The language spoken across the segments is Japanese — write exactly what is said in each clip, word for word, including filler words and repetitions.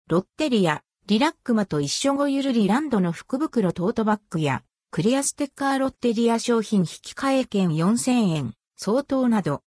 ロッテリア、リラックマと一緒ごゆるりランドの福袋トートバッグや、クリアステッカーロッテリア商品引換券よんせんえん相当など。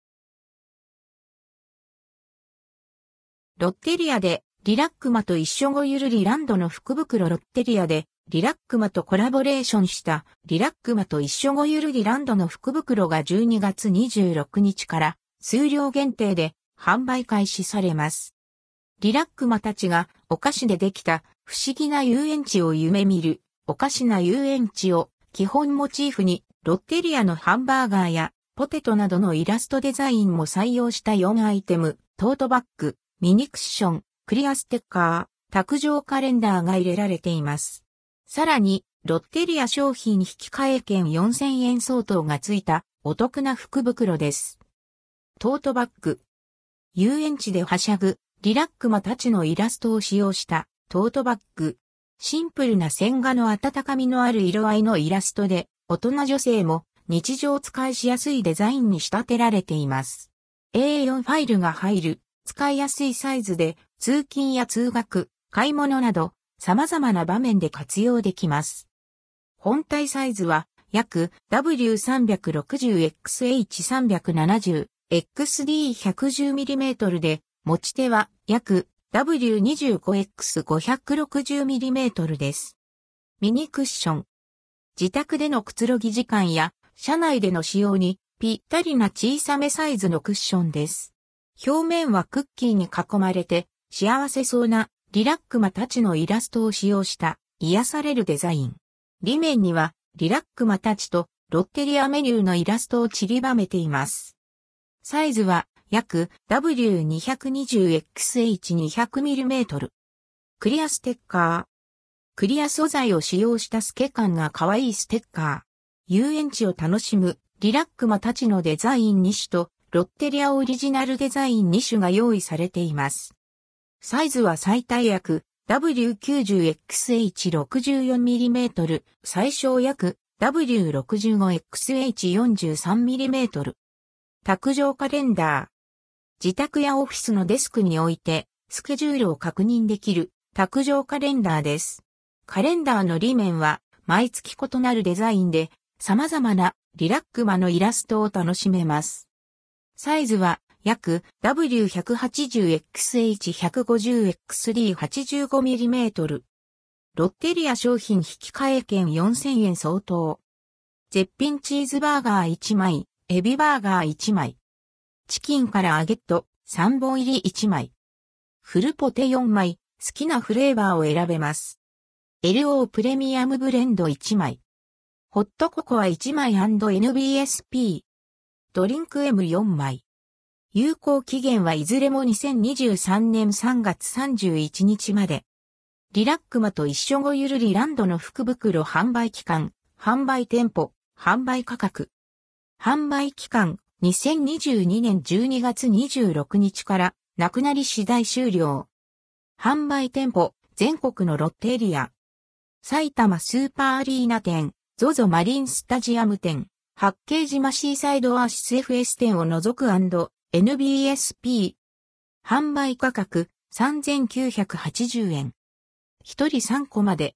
ロッテリアで、リラックマと一緒ごゆるりランドの福袋ロッテリアで、リラックマとコラボレーションした、リラックマと一緒ごゆるりランドの福袋がじゅうにがつにじゅうろくにちから数量限定で販売開始されます。リラックマたちがお菓子でできた不思議な遊園地を夢見る、おかしな遊園地を基本モチーフにロッテリアのハンバーガーやポテトなどのイラストデザインも採用したよんアイテム、トートバッグ、ミニクッション、クリアステッカー、卓上カレンダーが入れられています。さらに、ロッテリア商品引換券よんせんえん相当がついたお得な福袋です。トートバッグ。遊園地ではしゃぐ、リラックマたちのイラストを使用したトートバッグ。シンプルな線画の温かみのある色合いのイラストで、大人女性も日常使いしやすいデザインに仕立てられています。エーよん ファイルが入る、使いやすいサイズで、通勤や通学、買い物など、様々な場面で活用できます。本体サイズは約 ダブリューさんびゃくろくじゅうエックスエイチさんびゃくななじゅうエックスディーひゃくじゅうミリメートル で、持ち手は約 ダブリューにじゅうごエックスごひゃくろくじゅうミリメートル です。ミニクッション。自宅でのくつろぎ時間や車内での使用にぴったりな小さめサイズのクッションです。表面はクッキーに囲まれて幸せそうなリラックマたちのイラストを使用した癒されるデザイン。裏面にはリラックマたちとロッテリアメニューのイラストを散りばめています。サイズは約 ダブリューにひゃくにじゅうエックスエイチにひゃくミリメートル。クリアステッカー。クリア素材を使用した透け感が可愛いステッカー。遊園地を楽しむリラックマたちのデザインにしゅとロッテリアオリジナルデザインにしゅが用意されています。サイズは最大約 ダブリューきゅうじゅうエックスエイチろくじゅうよんミリメートル、最小約 ダブリューろくじゅうごエックスエイチよんじゅうさんミリメートル。卓上カレンダー。自宅やオフィスのデスクに置いてスケジュールを確認できる卓上カレンダーです。カレンダーの裏面は毎月異なるデザインで様々なリラックマのイラストを楽しめます。サイズは約 ダブリューひゃくはちじゅうエックスエイチひゃくごじゅうエックスディーはちじゅうごミリメートル。ロッテリア商品引換券よんせんえん相当。絶品チーズバーガーいちまい、エビバーガーいちまい。チキンからアゲットさんぼん入りいちまい。フルポテよんまい、好きなフレーバーを選べます。エルオー プレミアムブレンドいちまい。ホットココアいちまい &エヌビーエスピー。ドリンク エムよんまい。有効期限はいずれもにせんにじゅうさんねんさんがつさんじゅういちにちまで。リラックマと一緒ごゆるりランドの福袋販売期間、販売店舗、販売価格。販売期間、にせんにじゅうにねんじゅうにがつにじゅうろくにちからなくなり次第終了。販売店舗、全国のロッテリア。埼玉スーパーアリーナ店、ゾゾ マリンスタジアム店、八景島シーサイドアーシス エフエス 店を除く&エヌビーエスピー。販売価格さんぜんきゅうひゃくはちじゅうえん。ひとりさんこまで。